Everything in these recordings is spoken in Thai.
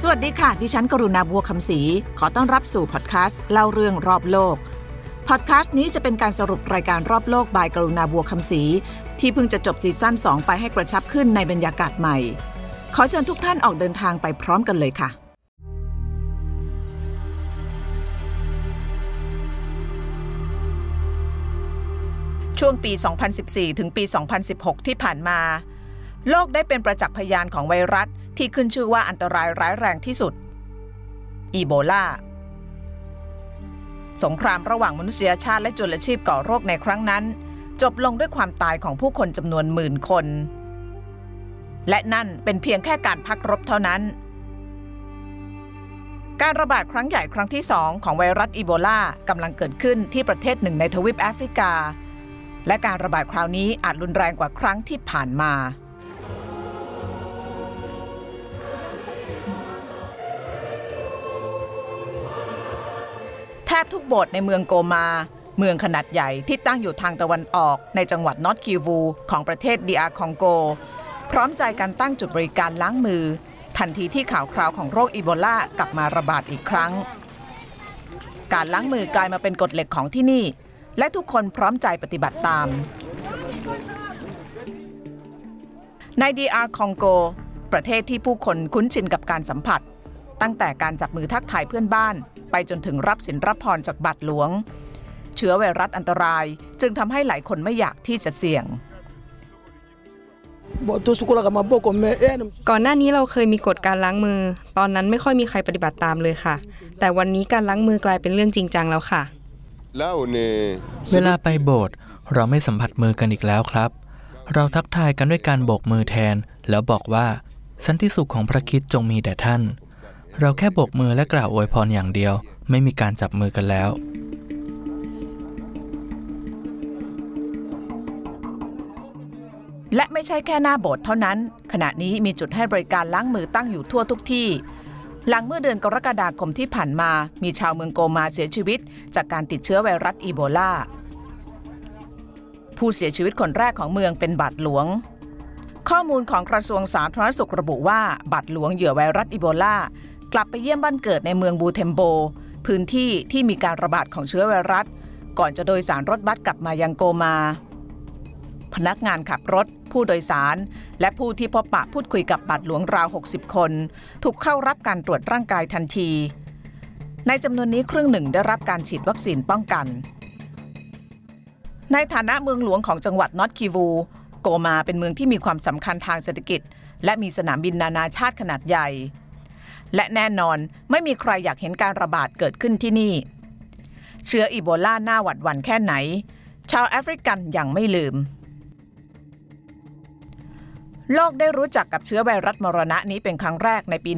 สวัสดีค่ะดิฉันกรุณาบัวคำศรีขอต้อนรับสู่พอดแคสต์เล่าเรื่องรอบโลกพอดแคสต์นี้จะเป็นการสรุปรายการรอบโลกบายกรุณาบัวคำศรีที่เพิ่งจะจบซีซั่น2ไปให้กระชับขึ้นในบรรยากาศใหม่ขอเชิญทุกท่านออกเดินทางไปพร้อมกันเลยค่ะช่วงปี 2014 ถึงปี 2016 ที่ผ่านมาโลกได้เป็นประจักษ์พยานของไวรัสที่ขึ้นชื่อว่าอันตรายร้ายแรงที่สุดอีโบลาสงครามระหว่างมนุษยชาติและจุลชีพก่อโรคในครั้งนั้นจบลงด้วยความตายของผู้คนจำนวนหมื่นคนและนั่นเป็นเพียงแค่การพักรบเท่านั้นการระบาดครั้งใหญ่ครั้งที่2ของไวรัสอีโบลากำลังเกิดขึ้นที่ประเทศหนึ่งในทวีปแอฟริกาและการระบาดคราวนี้อาจรุนแรงกว่าครั้งที่ผ่านมาแทบทุกโบสถ์ในเมืองโกมาเมืองขนาดใหญ่ที่ตั้งอยู่ทางตะวันออกในจังหวัดนอร์ทคิวูของประเทศDRคองโกพร้อมใจกันตั้งจุดบริการล้างมือทันทีที่ข่าวคราวของโรคอีโบลากลับมาระบาดอีกครั้งการล้างมือกลายมาเป็นกฎเหล็กของที่นี่และทุกคนพร้อมใจปฏิบัติตามใน DR คองโกประเทศที่ผู้คนคุ้นชินกับการสัมผัสตั้งแต่การจับมือทักทายเพื่อนบ้านไปจนถึงรับศีลรับพรจากบาทหลวงเชื้อไวรัสอันตรายจึงทำให้หลายคนไม่อยากที่จะเสี่ยงก่อนหน้านี้เราเคยมีกฎการล้างมือตอนนั้นไม่ค่อยมีใครปฏิบัติตามเลยค่ะแต่วันนี้การล้างมือกลายเป็นเรื่องจริงจังแล้วค่ะเวลาไปโบสถ์เราไม่สัมผัสมือกันอีกแล้วครับเราทักทายกันด้วยการโบกมือแทนแล้วบอกว่าสันติสุขของพระคริสต์จงมีแด่ท่านเราแค่โบกมือและกล่าวอวยพรอย่างเดียวไม่มีการจับมือกันแล้วและไม่ใช่แค่หน้าโบสถ์เท่านั้นขณะนี้มีจุดให้บริการล้างมือตั้งอยู่ทั่วทุกที่หลังเมื่อเดือนกรกฎาคมที่ผ่านมามีชาวเมืองโกมาเสียชีวิตจากการติดเชื้อไวรัสอีโบลาผู้เสียชีวิตคนแรกของเมืองเป็นบาทหลวงข้อมูลของกระทรวงสาธารณสุขระบุว่าบาทหลวงเหยื่อไวรัสอีโบลากลับไปเยี่ยมบ้านเกิดในเมืองบูเทมโบพื้นที่ที่มีการระบาดของเชื้อไวรัสก่อนจะโดยสารรถบัสกลับมายังโกมาพนักงานขับรถผู้โดยสารและผู้ที่พบปะพูดคุยกับบาทหลวงราว60คนถูกเข้ารับการตรวจร่างกายทันทีในจำนวนนี้ครึ่งหนึ่งได้รับการฉีดวัคซีนป้องกันในฐานะเมืองหลวงของจังหวัดนอร์ทคิวูโกมาเป็นเมืองที่มีความสำคัญทางเศรษฐกิจและมีสนามบินนานาชาติขนาดใหญ่และแน่นอนไม่มีใครอยากเห็นการระบาดเกิดขึ้นที่นี่เชื้ออีโบลาน่าหวาดหวั่นแค่ไหนชาวแอฟริกันยังไม่ลืมโลกได้รู้จักกับเชื้อไวรัสมรณะนี้เป็นครั้งแรกในปี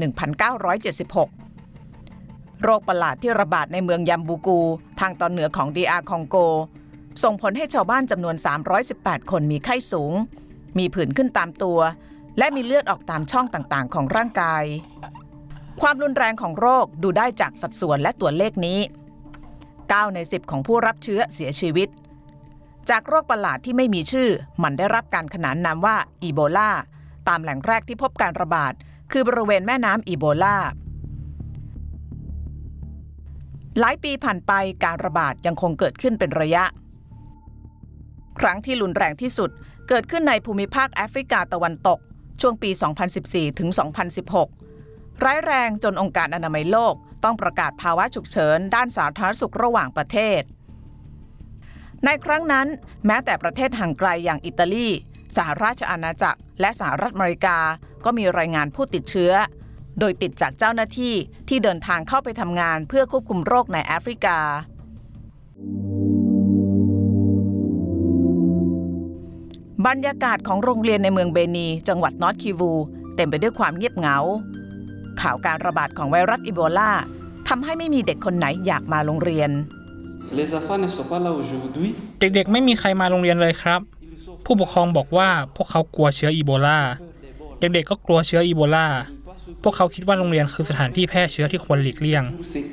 1976 โรคประหลาดที่ระบาดในเมืองยัมบูกูทางตอนเหนือของ DR คองโกส่งผลให้ชาวบ้านจำนวน318คนมีไข้สูงมีผื่นขึ้นตามตัวและมีเลือดออกตามช่องต่างๆของร่างกายความรุนแรงของโรคดูได้จากสัดส่วนและตัวเลขนี้9ใน10ของผู้รับเชื้อเสียชีวิตจากโรคประหลาดที่ไม่มีชื่อมันได้รับการขนานนามว่าอีโบลาตามแหล่งแรกที่พบการระบาดคือบริเวณแม่น้ำอีโบลาหลายปีผ่านไปการระบาดยังคงเกิดขึ้นเป็นระยะครั้งที่รุนแรงที่สุดเกิดขึ้นในภูมิภาคแอฟริกาตะวันตกช่วงปี 2014 ถึง 2016 ร้ายแรงจนองค์การอนามัยโลกต้องประกาศภาวะฉุกเฉินด้านสาธารณสุขระหว่างประเทศในครั้งนั้นแม้แต่ประเทศห่างไกลอย่างอิตาลีสหราชอาณาจักรและสหรัฐอเมริกาก็มีรายงานผู้ติดเชื้อโดยติดจากเจ้าหน้าที่ที่เดินทางเข้าไปทำงานเพื่อควบคุมโรคในแอฟริกาบรรยากาศของโรงเรียนในเมืองเบนีจังหวัดนอร์ทคิวูเต็มไปด้วยความเงียบเหงาข่าวการระบาดของไวรัสอีโบลาทำให้ไม่มีเด็กคนไหนอยากมาโรงเรียนเด็กๆไม่มีใครมาโรงเรียนเลยครับผู้ปกครองบอกว่าพวกเขากลัวเชื้ออีโบลาเด็กๆก็กลัวเชื้ออีโบลาพวกเขาคิดว่าโรงเรียนคือสถานที่แพร่เชื้อที่ควรหลีกเลี่ยง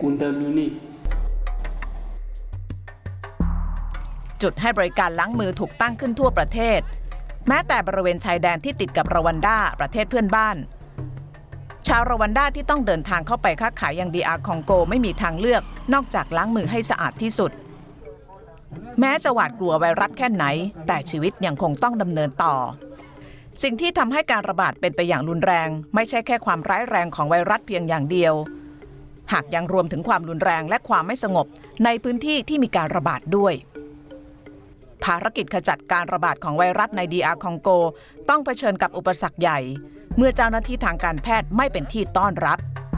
จุดให้บริการล้างมือถูกตั้งขึ้นทั่วประเทศแม้แต่บริเวณชายแดนที่ติดกับรวันดาประเทศเพื่อนบ้านชาวรวันดาที่ต้องเดินทางเข้าไปค้าขายยังDRคองโกไม่มีทางเลือกนอกจากล้างมือให้สะอาดที่สุดแม้จะหวาดกลัวไวรัสแค่ไหนแต่ชีวิตยังคงต้องดำเนินต่อสิ่งที่ทำให้การระบาดเป็นไปอย่างรุนแรงไม่ใช่แค่ความร้ายแรงของไวรัสเพียงอย่างเดียวหากยังรวมถึงความรุนแรงและความไม่สงบในพื้นที่ที่มีการระบาดด้วยภารกิจขจัดการระบาดของไวรัสในDRคองโกต้องเผชิญกับอุปสรรคใหญ่เมื่อเจ้าหน้าที่ทางการแพทย์ไม่เป็นที่ต้อนรับ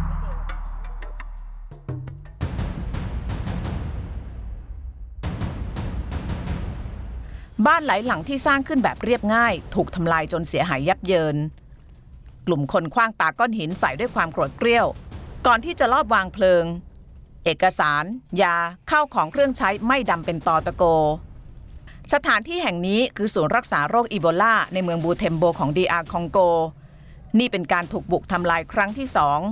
บ้านหลายหลังที่สร้างขึ้นแบบเรียบง่ายถูกทำลายจนเสียหายยับเยินกลุ่มคนขว้างปาก้อนหินใส่ด้วยความโกรธเกรี้ยวก่อนที่จะลอบวางเพลิงเอกสารยาข้าวของเครื่องใช้ไม่ดำเป็นตอตะโกสถานที่แห่งนี้คือศูนย์รักษาโรคอีโบลาในเมืองบูเทมโบของDRคองโกนี่เป็นการถูกบุกทำลายครั้งที่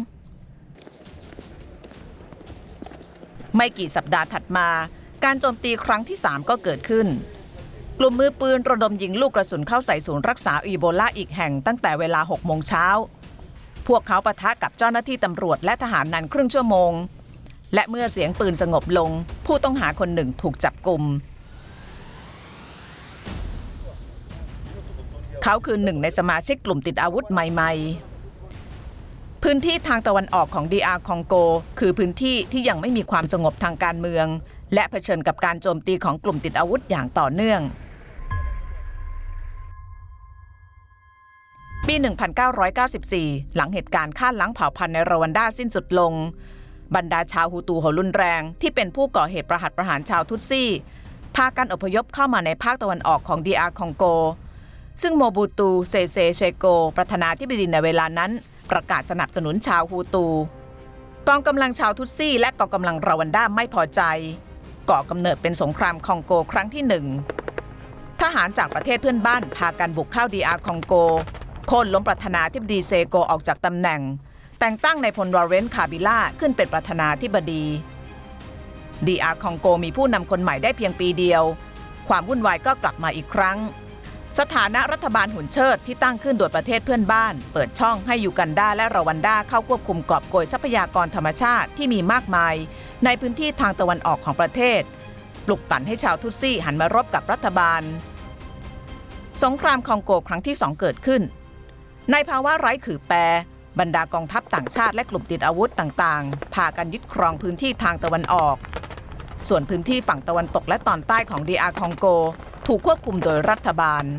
2ไม่กี่สัปดาห์ถัดมาการโจมตีครั้งที่3ก็เกิดขึ้นกลุ่มมือปืนระดมยิงลูกกระสุนเข้าใส่ศูนย์รักษาอีโบลาอีกแห่งตั้งแต่เวลา 6 โมงเช้าพวกเขาปะทะกับเจ้าหน้าที่ตำรวจและทหารนานครึ่งชั่วโมงและเมื่อเสียงปืนสงบลงผู้ต้องหาคนหนึ่งถูกจับกุมเขาคือหนึ่งในสมาชิกกลุ่มติดอาวุธใหม่ๆพื้นที่ทางตะวันออกของDRคองโกคือพื้นที่ที่ยังไม่มีความสงบทางการเมืองและเผชิญกับการโจมตีของกลุ่มติดอาวุธอย่างต่อเนื่องปี 1994 หลังเหตุการณ์ฆ่าล้างเผ่าพันธุ์ในรวันดาสิ้นสุดลงบรรดาชาวฮูตูหัวรุนแรงที่เป็นผู้ก่อเหตุประหัตประหารชาวทุตซี่พากันอพยพเข้ามาในภาคตะวันออกของDRคองโกซึ่งโมบูตูเซเซเชโกประธานาธิบดีในเวลานั้นประกาศสนับสนุนชาวฮูตูกองกำลังชาวทุตซี่และกองกำลังรวันดาไม่พอใจก่อกำเนิดเป็นสงครามคองโกครั้งที่1ทหารจากประเทศเพื่อนบ้านพากันบุกเข้าDRคองโกโค่นล้มประธานาธิบดีเซโกออกจากตำแหน่งแต่งตั้งนายพลลอเรนซ์ คาบิล่าขึ้นเป็นประธานาธิบดีDRคองโกมีผู้นำคนใหม่ได้เพียงปีเดียวความวุ่นวายก็กลับมาอีกครั้งสถานะรัฐบาลหุ่นเชิดที่ตั้งขึ้นโดยประเทศเพื่อนบ้านเปิดช่องให้ยูกันดาและรวันดาเข้าควบคุมกอบโกยทรัพยากรธรรมชาติที่มีมากมายในพื้นที่ทางตะวันออกของประเทศปลุกปั่นให้ชาวทุตซี่หันมารบกับรัฐบาลสงครามคองโกครั้งที่2เกิดขึ้นในภาวะไร้ขื่อแปรบรรดากองทัพต่างชาติและกลุ่มติดอาวุธต่างๆพากันยึดครองพื้นที่ทางตะวันออกส่วนพื้นที่ฝั่งตะวันตกและตอนใต้ของDRคองโกถูกควบคุมโดยรัฐบาล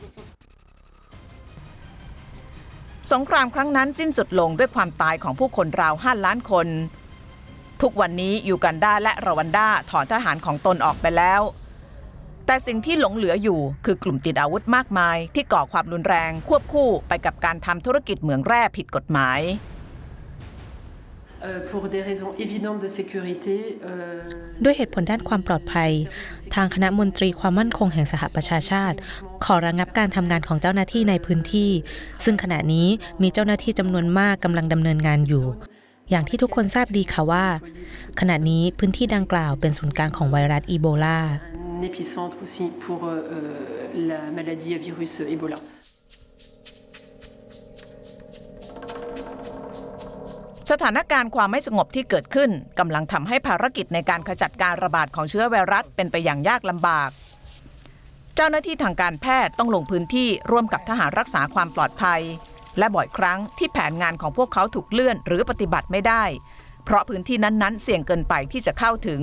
สงครามครั้งนั้นสิ้นสุดลงด้วยความตายของผู้คนราว5 ล้านคนทุกวันนี้ยูกันดาและรวันดาถอนทหารของตนออกไปแล้วแต่สิ่งที่หลงเหลืออยู่คือกลุ่มติดอาวุธมากมายที่ก่อความรุนแรงควบคู่ไปกับการทำธุรกิจเหมืองแร่ผิดกฎหมายด้วยเหตุผลด้านความปลอดภัยทางคณะมนตรีความมั่นคงแห่งสหประชาชาติขอระงับการทำงานของเจ้าหน้าที่ในพื้นที่ซึ่งขณะนี้มีเจ้าหน้าที่จำนวนมากกำลังดำเนินงานอยู่อย่างที่ทุกคนทราบดีค่ะว่าขณะนี้พื้นที่ดังกล่าวเป็นศูนย์กลางของไวรัสอีโบลาสถานการณ์ความไม่สงบที่เกิดขึ้นกำลังทำให้ภารกิจในการขจัดการระบาดของเชื้อไวรัสเป็นไปอย่างยากลำบากเจ้าหน้าที่ทางการแพทย์ต้องลงพื้นที่ร่วมกับทหารรักษาความปลอดภัยและบ่อยครั้งที่แผนงานของพวกเขาถูกเลื่อนหรือปฏิบัติไม่ได้เพราะพื้นที่นั้นๆเสี่ยงเกินไปที่จะเข้าถึง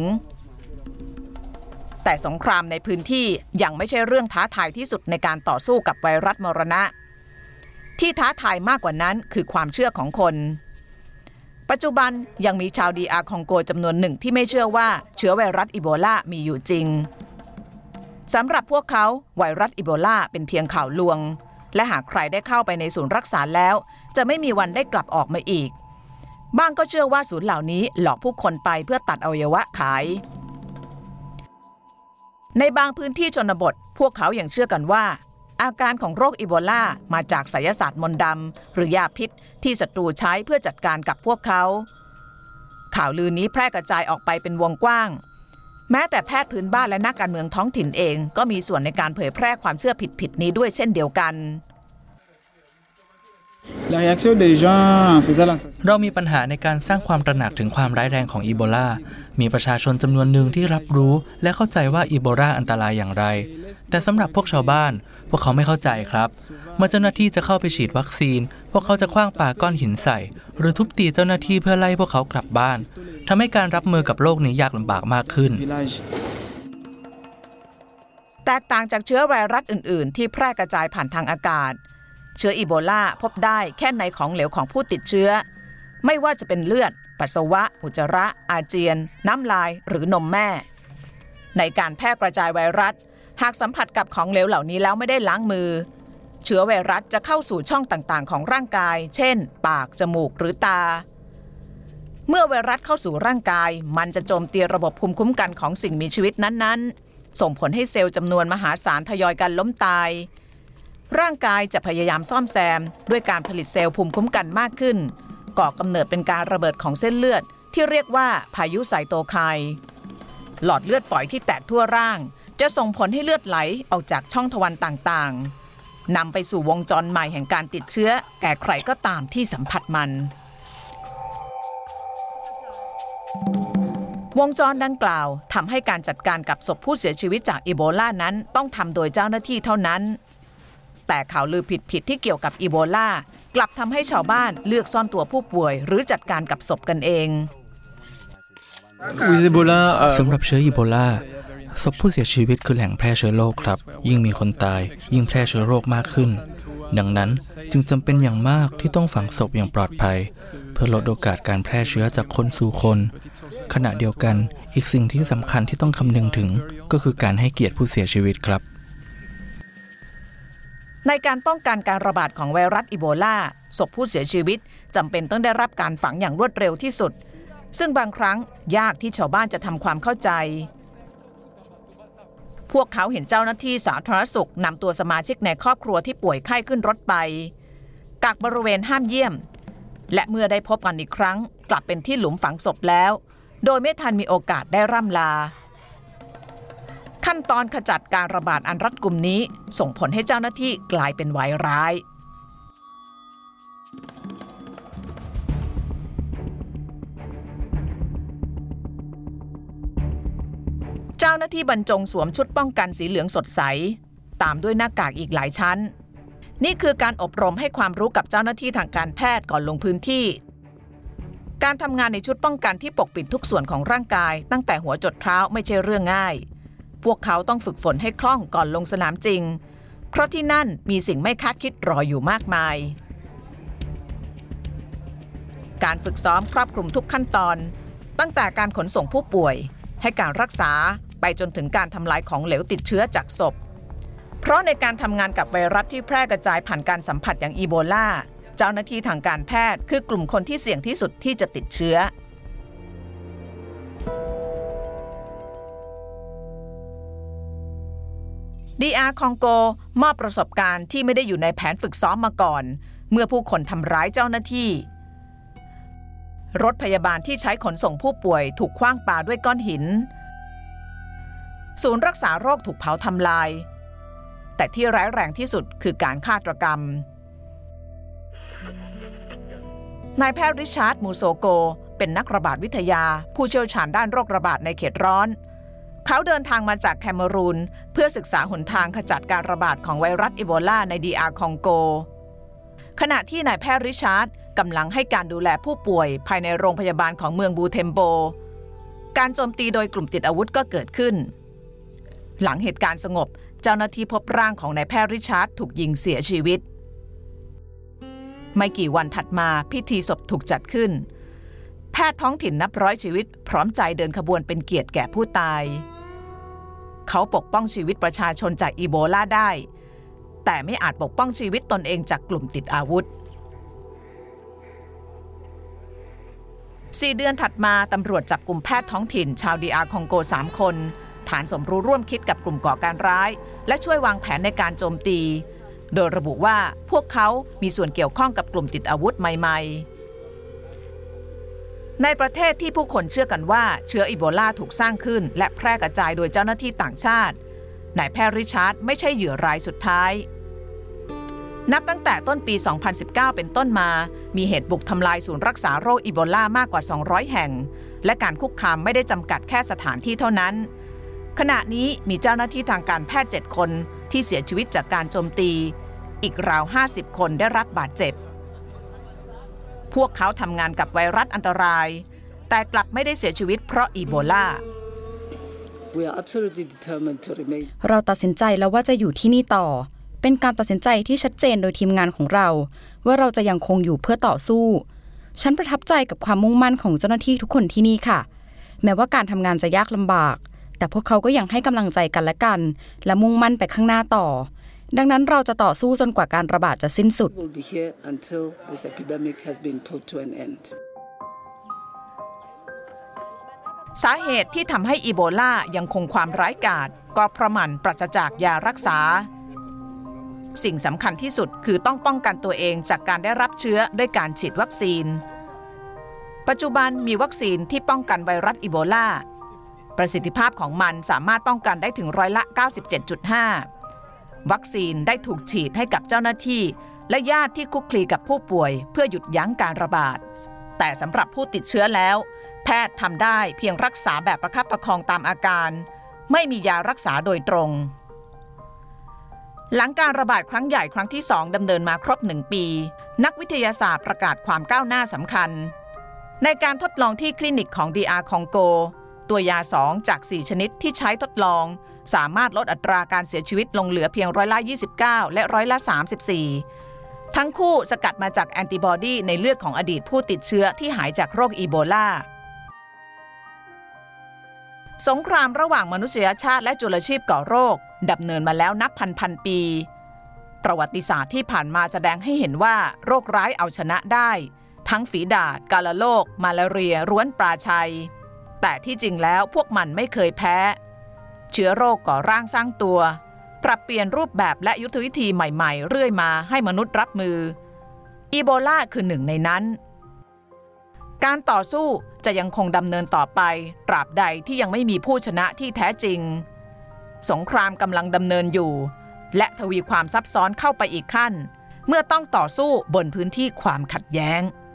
แต่สงครามในพื้นที่ยังไม่ใช่เรื่องท้าทายที่สุดในการต่อสู้กับไวรัสมรณะที่ท้าทายมากกว่านั้นคือความเชื่อของคนปัจจุบันยังมีชาวDRคองโกจำนวนหนึ่งที่ไม่เชื่อว่าเชื้อไวรัสอีโบลามีอยู่จริงสำหรับพวกเขาไวรัสอีโบลาเป็นเพียงข่าวลวงและหากใครได้เข้าไปในศูนย์รักษาแล้วจะไม่มีวันได้กลับออกมาอีกบ้างก็เชื่อว่าศูนย์เหล่านี้หลอกผู้คนไปเพื่อตัดอวัยวะขายในบางพื้นที่ชนบทพวกเขายังเชื่อกันว่าอาการของโรคอีโบลามาจากไสยศาสตร์มนต์ดำหรือยาพิษที่ศัตรูใช้เพื่อจัดการกับพวกเขาข่าวลือนี้แพร่กระจายออกไปเป็นวงกว้างแม้แต่แพทย์พื้นบ้านและนักการเมืองท้องถิ่นเองก็มีส่วนในการเผยแพร่ความเชื่อผิดๆนี้ด้วยเช่นเดียวกันเรามีปัญหาในการสร้างความตระหนักถึงความร้ายแรงของอีโบลามีประชาชนจำนวนหนึ่งที่รับรู้และเข้าใจว่าอีโบลาอันตรายอย่างไรแต่สำหรับพวกชาวบ้านพวกเขาไม่เข้าใจครับเมื่อเจ้าหน้าที่จะเข้าไปฉีดวัคซีนพวกเขาจะขว้างปาก้อนหินใส่หรือทุบตีเจ้าหน้าที่เพื่อไล่พวกเขากลับบ้านทำให้การรับมือกับโรคนี้ยากลำบากมากขึ้นแตกต่างจากเชื้อไวรัสอื่นๆที่แพร่กระจายผ่านทางอากาศเชื้ออีโบลาพบได้แค่ในของเหลวของผู้ติดเชื้อไม่ว่าจะเป็นเลือดปัสสาวะอุจจาระอาเจียนน้ำลายหรือนมแม่ในการแพร่กระจายไวรัสหากสัมผัสกับของเหลวเหล่านี้แล้วไม่ได้ล้างมือเชื้อไวรัสจะเข้าสู่ช่องต่างๆของร่างกายเช่นปากจมูกหรือตาเมื่อไวรัสเข้าสู่ร่างกายมันจะโจมตีระบบภูมิคุ้มกันของสิ่งมีชีวิตนั้นๆส่งผลให้เซลล์จำนวนมหาศาลทยอยกันล้มตายร่างกายจะพยายามซ่อมแซมด้วยการผลิตเซลล์ภูมิคุ้มกันมากขึ้นก่อกำเนิดเป็นการระเบิดของเส้นเลือดที่เรียกว่าพายุไซโตไคน์หลอดเลือดฝอยที่แตกทั่วร่างจะส่งผลให้เลือดไหลออกจากช่องทวารต่างๆนำไปสู่วงจรใหม่แห่งการติดเชื้อแก่ใครก็ตามที่สัมผัสมันวงจรดังกล่าวทำให้การจัดการกับศพผู้เสียชีวิตจากอีโบลานั้นต้องทำโดยเจ้าหน้าที่เท่านั้นแต่ข่าวลือผิดที่เกี่ยวกับอีโบลากลับทำให้ชาวบ้านเลือกซ่อนตัวผู้ป่วยหรือจัดการกับศพกันเองสำหรับเชื้ออีโบลาศพผู้เสียชีวิตคือแหล่งแพร่เชื้อโรคครับยิ่งมีคนตายยิ่งแพร่เชื้อโรคมากขึ้นดังนั้นจึงจำเป็นอย่างมากที่ต้องฝังศพอย่างปลอดภัยเพื่อลดโอกาสการแพร่เชื้อจากคนสู่คนขณะเดียวกันอีกสิ่งที่สำคัญที่ต้องคำนึงถึงก็คือการให้เกียรติผู้เสียชีวิตครับในการป้องกันการระบาดของไวรัสอีโบลาศพผู้เสียชีวิตจำเป็นต้องได้รับการฝังอย่างรวดเร็วที่สุดซึ่งบางครั้งยากที่ชาวบ้านจะทำความเข้าใจพวกเขาเห็นเจ้าหน้าที่สาธารณสุขนำตัวสมาชิกในครอบครัวที่ป่วยไข้ขึ้นรถไปกักบริเวณห้ามเยี่ยมและเมื่อได้พบกันอีกครั้งกลับเป็นที่หลุมฝังศพแล้วโดยไม่ทันมีโอกาสได้ร่ำลาขั้นตอนขจัดการระบาดอันรัดกุมนี้ส่งผลให้เจ้าหน้าที่กลายเป็นวายร้ายเจ้าหน้าที่บรรจงสวมชุดป้องกันสีเหลืองสดใสตามด้วยหน้ากากอีกหลายชั้นนี่คือการอบรมให้ความรู้กับเจ้าหน้าที่ทางการแพทย์ก่อนลงพื้นที่การทำงานในชุดป้องกันที่ปกปิดทุกส่วนของร่างกายตั้งแต่หัวจดเท้าไม่ใช่เรื่องง่ายพวกเขาต้องฝึกฝนให้คล่องก่อนลงสนามจริงเพราะที่นั่นมีสิ่งไม่คาดคิดรออยู่มากมายการฝึกซ้อมครอบคลุมทุกขั้นตอนตั้งแต่การขนส่งผู้ป่วยให้การรักษาไปจนถึงการทำลายของเหลวติดเชื้อจากศพเพราะในการทำงานกับไวรัสที่แพร่กระจายผ่านการสัมผัสอย่างอีโบลาเจ้าหน้าที่ทางการแพทย์คือกลุ่มคนที่เสี่ยงที่สุดที่จะติดเชื้อDR คองโกมอบประสบการณ์ที่ไม่ได้อยู่ในแผนฝึกซ้อมมาก่อนเมื่อผู้คนทำร้ายเจ้าหน้าที่รถพยาบาลที่ใช้ขนส่งผู้ป่วยถูกขว้างปาด้วยก้อนหินศูนย์รักษาโรคถูกเผาทำลายแต่ที่ร้ายแรงที่สุดคือการฆาตกรรมนายแพทย์ริชาร์ดมูโซโกเป็นนักระบาดวิทยาผู้เชี่ยวชาญด้านโรคระบาดในเขตร้อนเขาเดินทางมาจากแคเมรูนเพื่อศึกษาหนทางขจัดการระบาดของไวรัสอีโบลาใน DR คองโกขณะที่นายแพทย์ริชาร์ดกำลังให้การดูแลผู้ป่วยภายในโรงพยาบาลของเมืองบูเทมโบการโจมตีโดยกลุ่มติดอาวุธก็เกิดขึ้นหลังเหตุการณ์สงบเจ้าหน้าที่พบร่างของนายแพทย์ริชาร์ดถูกยิงเสียชีวิตไม่กี่วันถัดมาพิธีศพถูกจัดขึ้นแพทย์ท้องถิ่นนับร้อยชีวิตพร้อมใจเดินขบวนเป็นเกียรติแก่ผู้ตายเขาปกป้องชีวิตประชาชนจากอีโบลาได้แต่ไม่อาจปกป้องชีวิตตนเองจากกลุ่มติดอาวุธ4 เดือนถัดมาตำรวจจับกลุ่มแพทย์ท้องถิ่นชาว DR คองโก3 คนฐานสมรู้ร่วมคิดกับกลุ่มก่อการร้ายและช่วยวางแผนในการโจมตีโดยระบุว่าพวกเขามีส่วนเกี่ยวข้องกับกลุ่มติดอาวุธใหม่ๆในประเทศที่ผู้คนเชื่อกันว่าเชื้ออีโบลาถูกสร้างขึ้นและแพร่กระจายโดยเจ้าหน้าที่ต่างชาตินายแพทย์ริชาร์ดไม่ใช่เหยื่อรายสุดท้ายนับตั้งแต่ต้นปี 2019 เป็นต้นมามีเหตุบุกทำลายศูนย์รักษาโรคอีโบลามากกว่า 200 แห่งและการคุกคามไม่ได้จำกัดแค่สถานที่เท่านั้นขณะนี้มีเจ้าหน้าที่ทางการแพทย์ 7 คนที่เสียชีวิตจากการโจมตีอีกราว 50 คนได้รับบาดเจ็บพวกเขาทำงานกับไวรัสอันตรายแต่กลับไม่ได้เสียชีวิตเพราะอีโบลาเราตัดสินใจแล้วว่าจะอยู่ที่นี่ต่อเป็นการตัดสินใจที่ชัดเจนโดยทีมงานของเราว่าเราจะยังคงอยู่เพื่อต่อสู้ฉันประทับใจกับความมุ่งมั่นของเจ้าหน้าที่ทุกคนที่นี่ค่ะแม้ว่าการทำงานจะยากลำบากแต่พวกเขาก็ยังให้กำลังใจกันและกันและมุ่งมั่นไปข้างหน้าต่อดังนั้นเราจะต่อสู้จนกว่าการระบาดจะสิ้นสุดสาเหตุที่ทำให้อีโบลายังคงความร้ายกาจก็เพราะมันปราศจากยารักษาสิ่งสำคัญที่สุดคือต้องป้องกันตัวเองจากการได้รับเชื้อด้วยการฉีดวัคซีนปัจจุบันมีวัคซีนที่ป้องกันไวรัสอีโบลาประสิทธิภาพของมันสามารถป้องกันได้ถึง97.5%วัคซีนได้ถูกฉีดให้กับเจ้าหน้าที่และญาติที่คลุกคลีกับผู้ป่วยเพื่อหยุดยั้งการระบาดแต่สำหรับผู้ติดเชื้อแล้วแพทย์ทำได้เพียงรักษาแบบประคับประคองตามอาการไม่มียารักษาโดยตรงหลังการระบาดครั้งใหญ่ครั้งที่ 2ดำเนินมาครบ1 ปีนักวิทยาศาสตร์ประกาศความก้าวหน้าสำคัญในการทดลองที่คลินิกของ DR คองโกตัวยา2จาก4ชนิดที่ใช้ทดลองสามารถลดอัตราการเสียชีวิตลงเหลือเพียง29%และ34%ทั้งคู่สกัดมาจากแอนติบอดีในเลือดของอดีตผู้ติดเชื้อที่หายจากโรคอีโบลาสงครามระหว่างมนุษยชาติและจุลชีพก่อโรคดำเนินมาแล้วนับพันปีประวัติศาสตร์ที่ผ่านมาแสดงให้เห็นว่าโรคร้ายเอาชนะได้ทั้งฝีดาษกาฬโรคมาลาเรียร้วนปราชัยแต่ที่จริงแล้วพวกมันไม่เคยแพ้เชื้อโรคก่อร่างสร้างตัวปรับเปลี่ยนรูปแบบและยุทธวิธีใหม่ๆเรื่อยมาให้มนุษย์รับมืออีโบลาคือหนึ่งในนั้นการต่อสู้จะยังคงดำเนินต่อไปตราบใดที่ยังไม่มีผู้ชนะที่แท้จริงสงครามกำลังดำเนินอยู่และทวีความซับซ้อนเข้าไปอีกขั้นเมื่อต้องต่อสู้บนพื้นที่ความขัดแย้ง